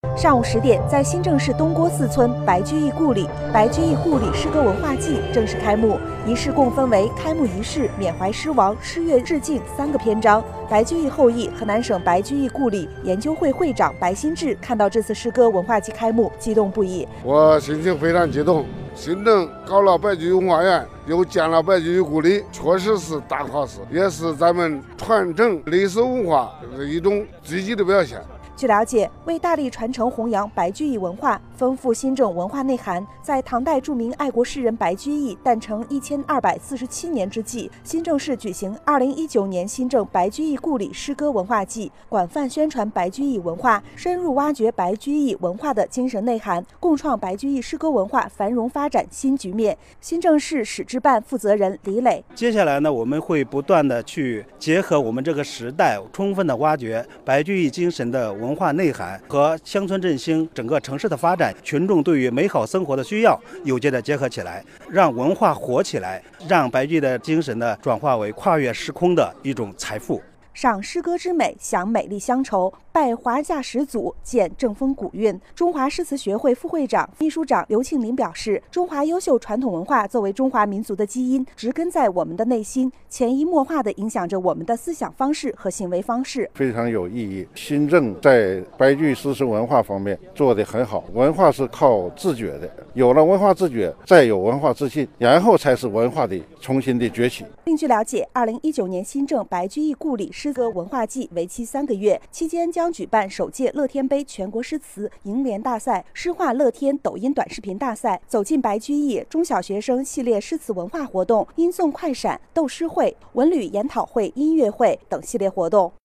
上午10点，在新郑市东郭4村白居易故里，白居易故里诗歌文化季正式开幕。仪式共分为开幕仪式、缅怀诗王、诗乐致敬3个篇章。白居易后裔、河南省白居易故里研究会会长白新志看到这次诗歌文化季开幕，激动不已。 我心情非常激动。新郑搞了白居易文化园，又建了白居易故里，确实是大好事，也是咱们传承历史文化的一种积极的表现。 据了解，为大力传承弘扬白居易文化，丰富新郑文化内涵，在唐代著名爱国诗人白居易诞辰1247年之际，新郑市举行2019年新郑白居易故里诗歌文化季，广泛宣传白居易文化，深入挖掘白居易文化的精神内涵，共创白居易诗歌文化繁荣发展新局面。新郑市史志办负责人李磊： 接下来呢，我们会不断的去结合我们这个时代，充分的挖掘白居易精神的文化内涵和乡村振兴、整个城市的发展、群众对于美好生活的需要有机的结合起来，让文化活起来，让白居易的精神呢转化为跨越时空的一种财富。 赏诗歌之美，享美丽乡愁，拜华夏始祖，见正风古韵。中华诗词学会副会长、秘书长刘庆林表示，中华优秀传统文化作为中华民族的基因，植根在我们的内心，潜移默化地影响着我们的思想方式和行为方式， 非常有意义。新郑在白居易诗词文化方面做得很好，文化是靠自觉的，有了文化自觉，再有文化自信，然后才是文化的重新的崛起。 另据了解，2019年新郑白居易故里诗歌文化季为期3个月，期间将举办首届乐天杯全国诗词楹联大赛、诗画乐天抖音短视频大赛、走进白居易中小学生系列诗词文化活动、音诵快闪、斗诗会、文旅研讨会、音乐会等系列活动。